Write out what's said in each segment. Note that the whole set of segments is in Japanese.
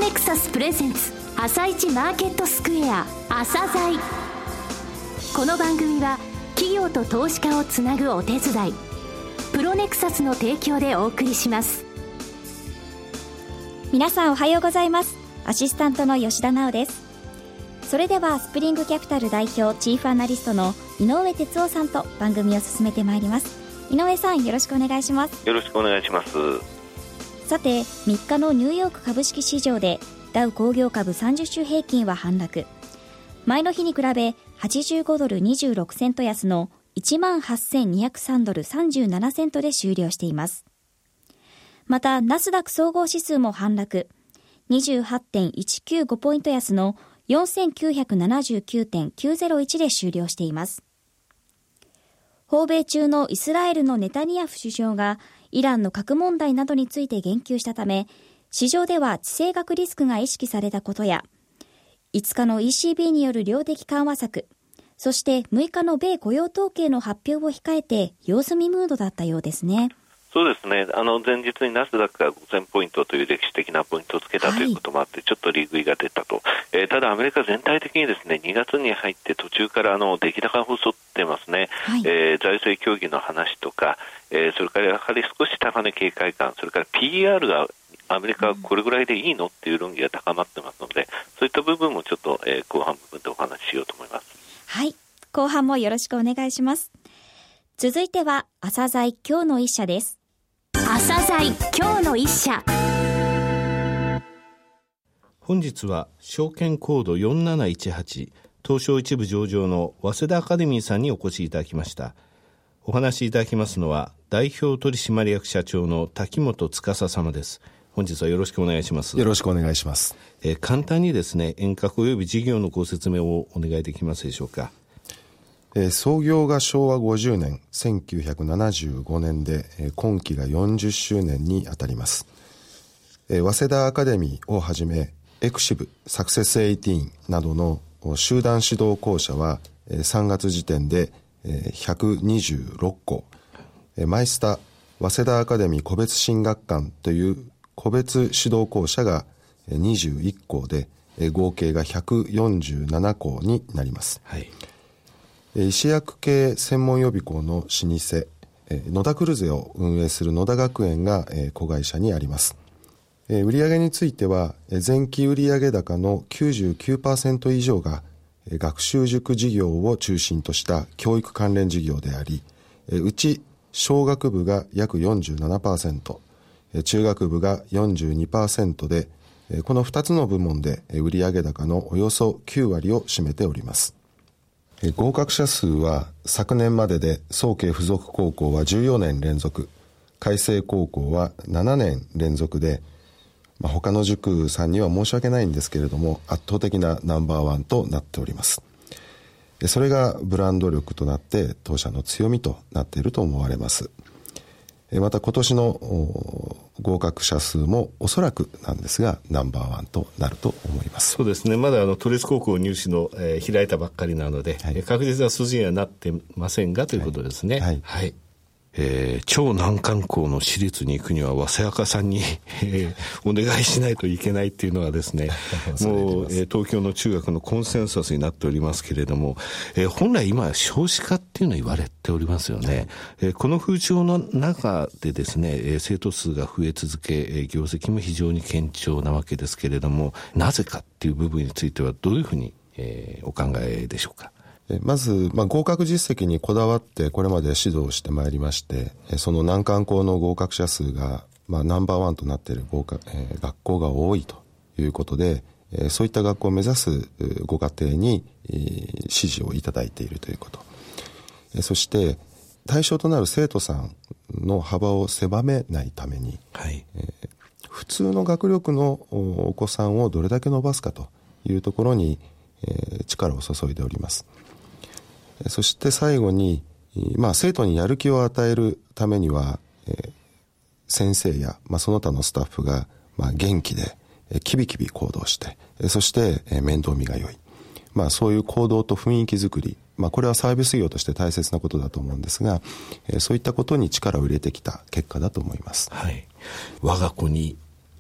ネクサスプレゼンツ朝市マーケットスクエア朝鮮。この番組は企業と投資家をつなぐお手伝い、プロネクサスの提供でお送りします。 皆さんおはようございます。アシスタントの吉田直です。それではスプリングキャピタル代表チーフアナリストの井上哲夫さんと番組を進めてまいります。井上さん、よろしくお願いします。 よろしくお願いします。 さて、3日のニューヨーク株式市場でダウ工業株30種平均は反落。前の日に比べ85ドル26セント安の 18,203 ドル37セントで終了しています。またナスダック総合指数も反落。 28.195 ポイント安の 4979.901 で終了しています。訪米中のイスラエルのネタニヤフ首相がイランの核問題などについて言及したため、市場では地政学リスクが意識されたことや、5日の ECB による量的緩和策、そして6日の米雇用統計の発表を控えて様子見ムードだったようですね。 そうですね。前日にナスダックが5000ポイントという歴史的なポイントをつけたということもあって、ちょっと利食いが出たと。ただアメリカ全体的にですね、2月に入って途中から出来高が細ってますね。財政協議の話とか、それからやはり少し高値警戒感、それから PR がアメリカはこれぐらいでいいのっていう論議が高まってますので、そういった部分もちょっと、後半部分でお話ししようと思います。 はい、後半もよろしくお願いします。続いては朝鮮今日の一社です。 朝鮮今日の一社。 本日は証券コード4718東証一部上場の早稲田アカデミーさんにお越しいただきました。お話しいただきますのは代表取締役社長の滝本司様です。本日はよろしくお願いします。 よろしくお願いします。 簡単にですね、遠隔及び事業のご説明をお願いできますでしょうか。 創業が昭和50年1975年で、今期が40周年にあたります。早稲田アカデミーをはじめエクシブ、サクセス18などの集団指導校舎は3月時点で126校、マイスタ早稲田アカデミー個別進学館という個別指導校舎が21校で合計が147校になります。はい、医師薬系専門予備校の老舗野田クルゼを運営する野田学園が子会社にあります。売上については前期売上高の 99% 以上が学習塾事業を中心とした教育関連事業であり、うち小学部が約 47%、中学部が 42% で、この2つの部門で売上高のおよそ9割を占めております。合格者数は昨年までで早慶附属高校は14年連続、開成高校は7年連続で、他の塾さんには申し訳ないんですけれども圧倒的なナンバーワンとなっております。それがブランド力となって当社の強みとなっていると思われます。また今年の合格者数もおそらくなんですがナンバーワンとなると思います。 そうですね。まだ都立高校入試の、開いたばっかりなので、はい、確実な数字にはなってませんがということですね。はい、はい。超難関校の私立に行くには早稲田さんに、お願いしないといけないっていうのはですねもう、東京の中学のコンセンサスになっておりますけれども、本来今少子化っていうのは言われておりますよね。この風潮の中でですね、生徒数が増え続け、業績も非常に堅調なわけですけれども、なぜかっていう部分についてはどういうふうに、お考えでしょうか。 まず、合格実績にこだわってこれまで指導してまいりまして、その難関校の合格者数が、ナンバーワンとなっている学校が多いということで、そういった学校を目指すご家庭に指示をいただいているということ。そして対象となる生徒さんの幅を狭めないために、はい、普通の学力のお子さんをどれだけ伸ばすかというところに、力を注いでおります。そして最後に、生徒にやる気を与えるためには、先生や、その他のスタッフが、元気で、キビキビ行動して、そして、面倒見が良い。そういう行動と雰囲気づくり、これはサービス業として大切なことだと思うんですが、そういったことに力を入れてきた結果だと思います。 はい。我が子に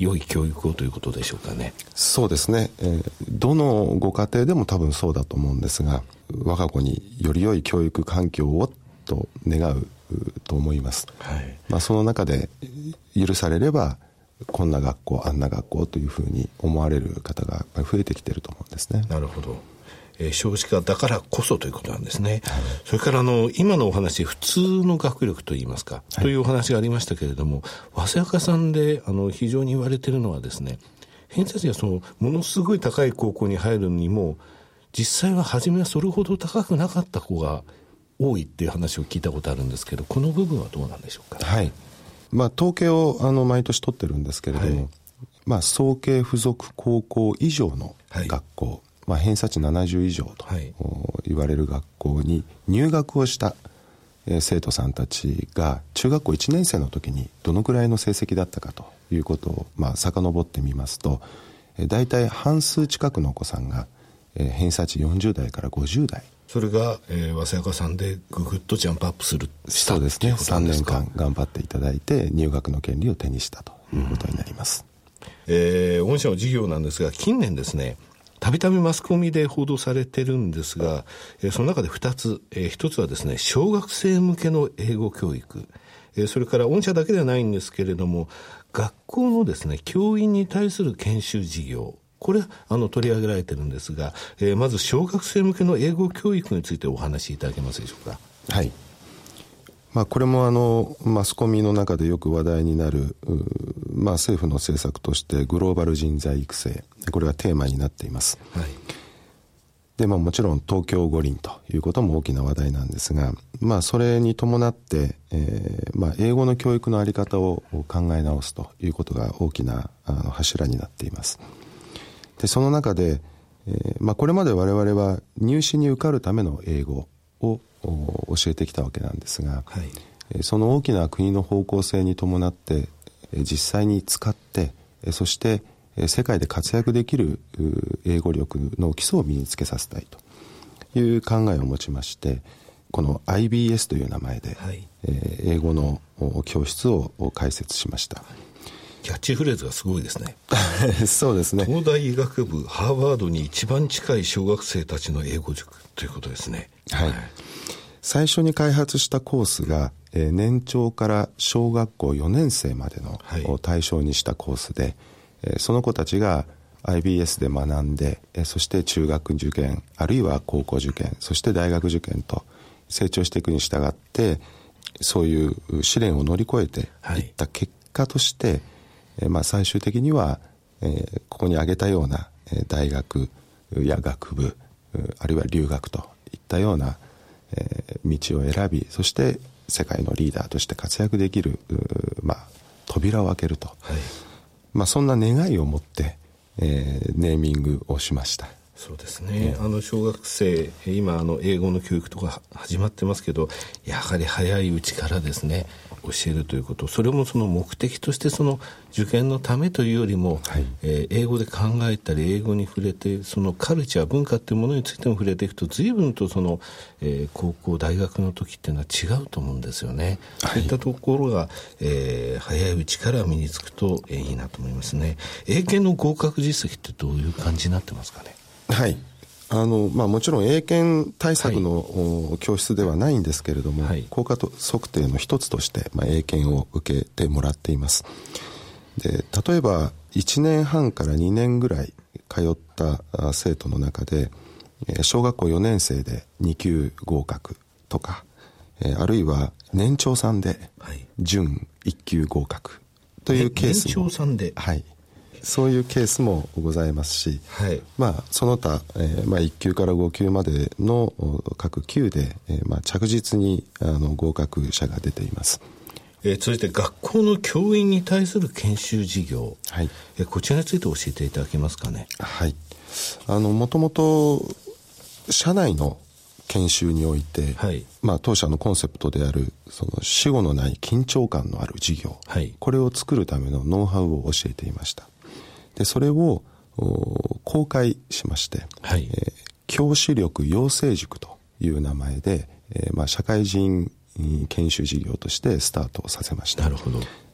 良い教育をということでしょうかね。 そうですね、どのご家庭でも多分そうだと思うんですが、我が子により良い教育環境をと願うと思います、その中で許されればこんな学校あんな学校というふうに思われる方がやっぱり増えてきていると思うんですね。 なるほど。少子化だからこそということなんですね、それから今のお話、普通の学力といいますか、というお話がありましたけれども、早稲田さんで非常に言われているのはですね、偏差値がものすごい高い高校に入るにも実際は初めはそれほど高くなかった子が多いっていう話を聞いたことあるんですけど、この部分はどうなんでしょうか。 統計を毎年取ってるんですけれども、早慶附属高校以上の学校、偏差値70以上と言われる学校に入学をした生徒さんたちが中学校1年生の時にどのくらいの成績だったかということを遡ってみますと、大体半数近くのお子さんが偏差値40代から50代、 それが、早稲田さんでぐぐっとジャンプアップするそうですね、3年間頑張っていただいて入学の権利を手にしたということになります。 御社の事業なんですが、近年ですね、たびたびマスコミで報道されてるんですが、その中で2つ、1つはですね、小学生向けの英語教育、それから御社だけではないんですけれども、学校のですね、教員に対する研修事業、これ取り上げられてるんですが、まず小学生向けの英語教育についてお話しいただけますでしょうか。 これもマスコミの中でよく話題になる、政府の政策としてグローバル人材育成、これがテーマになっています、でもちろん東京五輪ということも大きな話題なんですが、それに伴って、英語の教育の在り方を考え直すということが大きな柱になっています。でその中で、これまで我々は入試に受かるための英語を教えてきたわけなんですが、その大きな国の方向性に伴って実際に使ってそして世界で活躍できる英語力の基礎を身につけさせたいという考えを持ちまして、この IBS という名前で、英語の教室を開設しました。 キャッチフレーズがすごいですねそうですね。 東大医学部ハーバードに一番近い小学生たちの英語塾ということですね。 最初に開発したコースが年長から小学校4年生までの対象にしたコースで、その子たちが IBS で学んで、そして中学受験あるいは高校受験、そして大学受験と成長していくに従って、そういう試練を乗り越えていった結果として、最終的には、ここに挙げたような大学や学部あるいは留学といったような道を選び、そして世界のリーダーとして活躍できる、扉を開けると、そんな願いを持って、ネーミングをしました。 そうですね、小学生今英語の教育とか始まってますけど、やはり早いうちからですね教えるということ、それもその目的としてその受験のためというよりも、英語で考えたり英語に触れて、そのカルチャー文化っていうものについても触れていくと、随分とその、高校大学の時っていうのは違うと思うんですよね。そういったところが、早いうちから身につくと、いいなと思いますね。英検の合格実績ってどういう感じになってますかね。 もちろん英検対策の、教室ではないんですけれども、効果測定の一つとして、英検を受けてもらっています。で例えば1年半から2年ぐらい通った生徒の中で、小学校4年生で2級合格とか、あるいは年長さんで準1級合格というケースも、 年長さんで、 そういうケースもございますし、その他、1級から5級までの各級で、着実に合格者が出ています。 続いて学校の教員に対する研修事業、こちらについて教えていただけますかね。 もともと社内の研修において、当社のコンセプトであるその死後のない緊張感のある事業、これを作るためのノウハウを教えていました。でそれを公開しまして、教師力養成塾という名前で、社会人研修事業としてスタートさせました。 なるほど。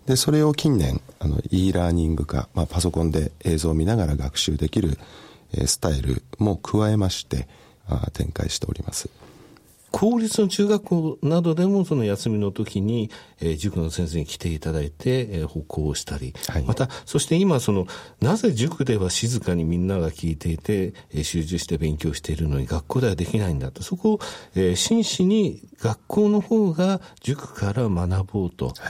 でそれを近年e ラーニング化、パソコンで映像を見ながら学習できるスタイルも加えまして展開しております。 公立の中学校などでもその休みの時に、塾の先生に来ていただいて、歩行をしたり、はい、またそして今なぜ塾では静かにみんなが聞いていて、集中して勉強しているのに学校ではできないんだと、そこを、真摯に学校の方が塾から学ぼうと、はい、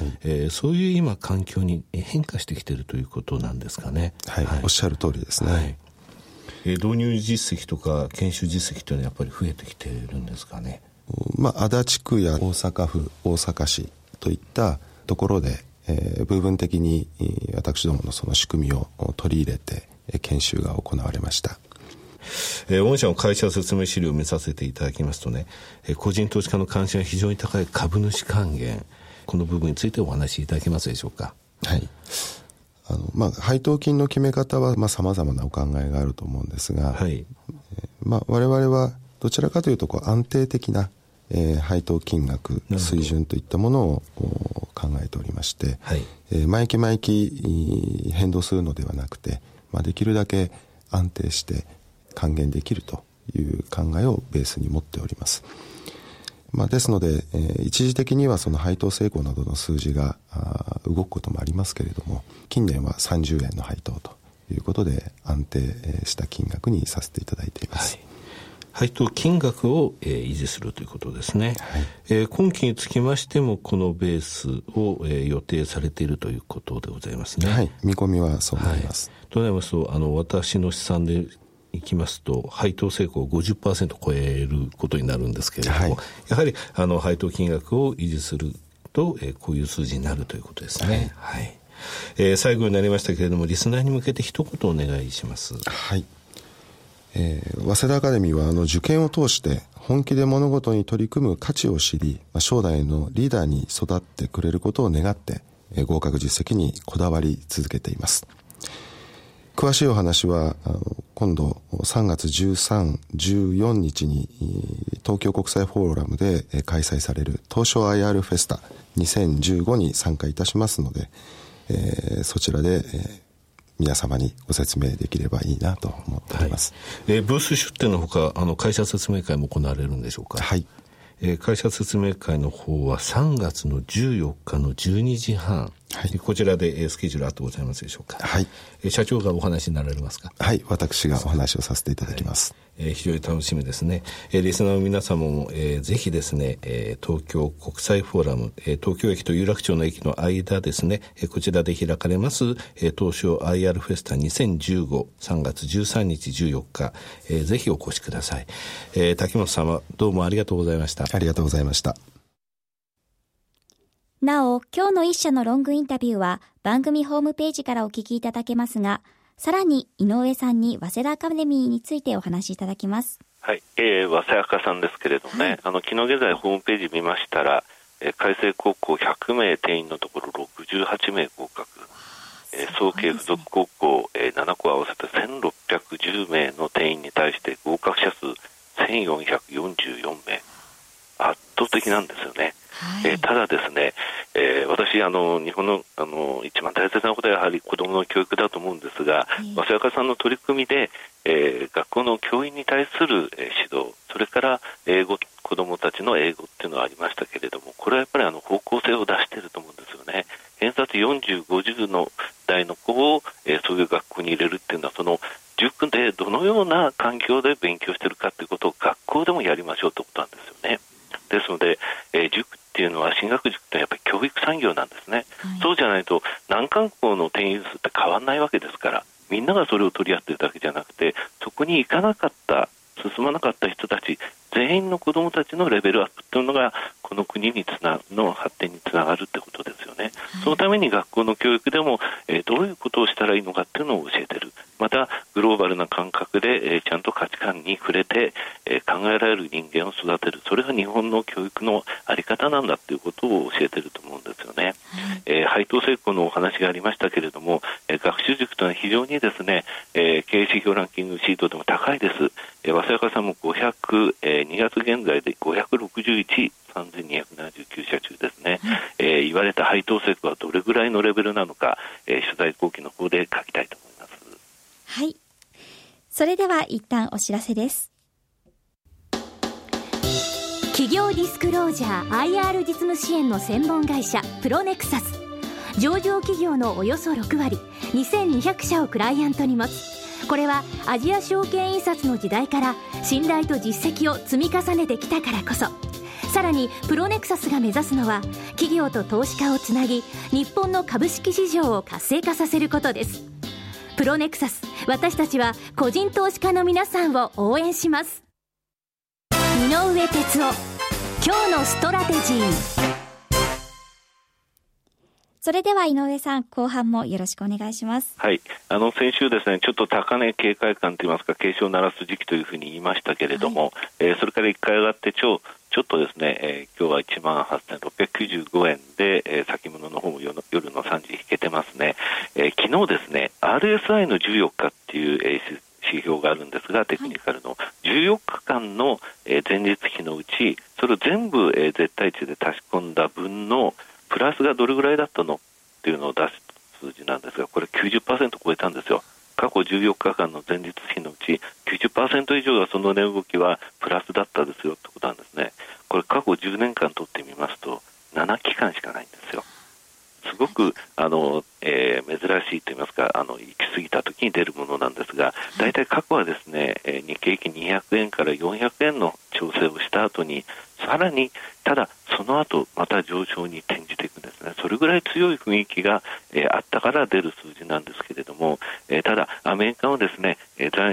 そういう今環境に変化してきているということなんですかね。 はい、はい、おっしゃる通りですね。はい、 導入実績とか研修実績というのはやっぱり増えてきているんですかね。 足立区や大阪府、大阪市といったところで、部分的に私どものその仕組みを取り入れて研修が行われました。 御社の会社説明資料を見させていただきますとね、個人投資家の関心が非常に高い株主還元、この部分についてお話しいただけますでしょうか。 はい。配当金の決め方は様々なお考えがあると思うんですが、はい、我々はどちらかというと安定的な配当金額水準といったものを考えておりまして、はい、毎期毎期変動するのではなくて、できるだけ安定して還元できるという考えをベースに持っております。ですので、一時的にはその配当成功などの数字が動くこともありますけれども、近年は30円の配当ということで安定した金額にさせていただいています。はい、 配当金額を、維持するということですね。はい、今期につきましてもこのベースを、予定されているということでございますね。 はい、見込みはそうなります。 はい、となりますと私の試算でいきますと配当成功を 50% 超えることになるんですけれども、はい、やはり配当金額を維持すると、こういう数字になるということですね。はいはい、最後になりましたけれどもリスナーに向けて一言お願いします。 はい、早稲田アカデミーは受験を通して本気で物事に取り組む価値を知り、将来のリーダーに育ってくれることを願って、合格実績にこだわり続けています。詳しいお話は今度3月13、14日に東京国際フォーラムで開催される東証 IR フェスタ2015に参加いたしますので、そちらで皆様にご説明できればいいなと思っております。 はい、ブース出展のほか会社説明会も行われるんでしょうか。 はい、 会社説明会の方は3月の14日の12時半、はい、こちらでスケジュールあってございますでしょうか。 はい、 社長がお話になられますか。 はい、私がお話をさせていただきます。 非常に楽しみですね。リスナーの皆様も、ぜひですね、東京国際フォーラム、東京駅と有楽町の駅の間ですね、こちらで開かれます、東証 IR フェスタ2015 3月13日14日、ぜひお越しください。滝本様どうもありがとうございました。 ありがとうございました。 なお、今日の一社のロングインタビューは番組ホームページからお聞きいただけますが、さらに井上さんに早稲田アカデミーについてお話しいただきます。 はい、早稲田さんですけれどもね、はい、昨日現在ホームページ見ましたら、開成高校100名定員のところ68名合格、早慶附属高校、7校合わせて1610名の定員に対して合格者数1444名、圧倒的なんですよね。はい、ただですね、私日本の一番大切なことはやはり子どもの教育だと思うんですが、早稲田さんの取り組みで、学校の教員に対する、指導、それから英語、子どもたちの英語っていうのはありましたけれども、これはやっぱり方向性を出していると思うんですよね。偏差値40、50の代の子を、そういう学校に入れるっていうのは、その塾でどのような環境で勉強しているかということを学校でもやりましょうということなんですよね。ですので、塾っていうのは進学塾ってやっぱり教育産業なんですね。はい、そうじゃないと難関校の定員数って変わらないわけですから、みんながそれを取り合っているだけじゃなくて、そこに行かなかった、進まなかった人たち全員の子どもたちのレベルアップというのがこの国の発展につながるということですよね。はい、そのために学校の教育でも、どういうことをしたらいいのかというのを教えている。またグローバルな感覚で、ちゃんと価値観に触れて、考えられる人間を育てる。それが日本の教育のあり方なんだということを教えていると思うんですよね。はい、配当成功のお話がありましたけれども、学習塾というのは非常にですね、経営指標ランキングシートでも高いです。早稲田さんも500、2月現在で561、3279社中ですね。 言われた配当成功はどれぐらいのレベルなのか、取材後期の方で書きたいと思います。 はい。それでは一旦お知らせです。 企業ディスクロージャー IR 実務支援の専門会社プロネクサス。上場企業のおよそ6割、2200社をクライアントに持つ。これはアジア証券印刷の時代から信頼と実績を積み重ねてきたからこそ。さらにプロネクサスが目指すのは企業と投資家をつなぎ、日本の株式市場を活性化させることです。プロネクサス、私たちは個人投資家の皆さんを応援します。井上哲夫、今日のストラテジー。 それでは井上さん、後半もよろしくお願いします。 はい、先週ですね、ちょっと高値警戒感といいますか、警鐘を鳴らす時期というふうに言いましたけれども、それから1回上がってちょっとですね、今日は 18,695 円で、先物の方も夜の3時引けてますね。昨日ですね、RSI の14日っていう、指標があるんですが、テクニカルの14日間の、前日比のうち、それを全部、絶対値で足し込んだ分のプラスがどれぐらいだったのっていうのを出す数字なんですが、これ 90% 超えたんですよ。過去14日間の前日比のうち 90% 以上がその値動きはプラスだったですよってことなんですね。これ過去10年間取ってみますと7期間しかないんですよ。すごく珍しいといいますか、行き過ぎた時に出るものなんですが、大体過去はですね、日経平均200円から400円の調整をした後に、さらにただその後また上昇に転じていくんですね。それぐらい強い雰囲気が、あったから出る数字なんですけれども、ただアメリカのですね、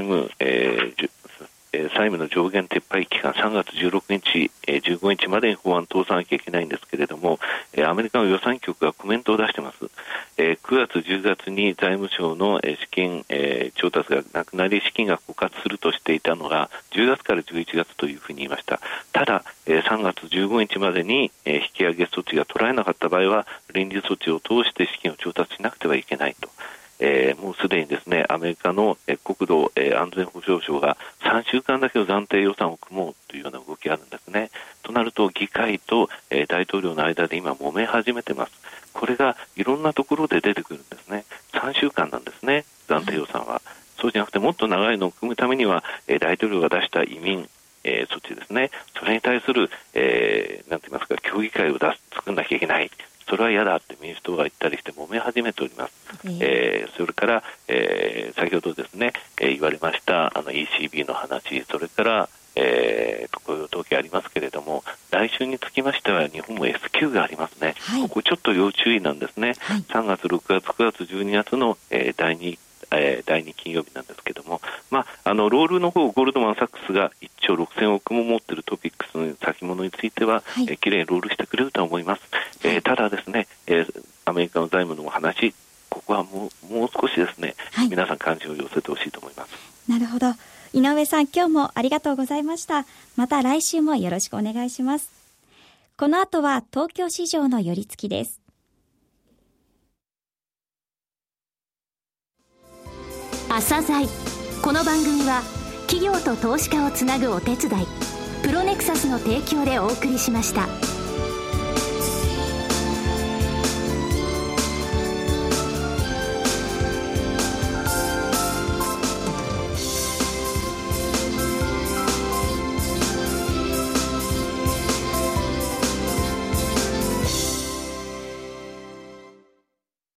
債務の上限撤廃期間3月16日、15日までに法案通さなきゃいけないんですけれども、アメリカの予算局がコメントを出しています。9月10月に財務省の資金調達がなくなり資金が枯渇するとしていたのが10月から11月というふうに言いました。ただ3月15日までに引き上げ措置が取られなかった場合は臨時措置を通して資金を調達しなくてはいけないと。もうすでにですね、アメリカの国土安全保障省が3週間だけの暫定予算を組もうというような動きがあるんですね。となると議会と大統領の間で今揉め始めてます。これがいろんなところで出てくるんですね。3週間なんですね、暫定予算は。そうじゃなくてもっと長いのを組むためには大統領が出した移民措置ですね、それに対する、なんて言いますか、協議会を作らなきゃいけない。それは嫌だって民主党が言ったりして揉め始めております。それから、先ほどですね、言われましたECB の話、それから雇用統計ありますけれども、来週につきましては日本も S q がありますね、ここちょっと要注意なんですね、3月6月9月12月の、第2金曜日なんですけども、ロールの方ゴールドマンサックスが1兆6000億も持っているトピックスの先物については、きれいにロールしてくれると思います。ただですね、アメリカの財務の話、ここはもう少しですね、皆さん関心を寄せてほしいと思います。 なるほど。井上さん、今日もありがとうございました。また来週もよろしくお願いします。この後は東京市場の寄り付きです。 朝鮮。この番組は企業と投資家をつなぐお手伝い、プロネクサスの提供でお送りしました。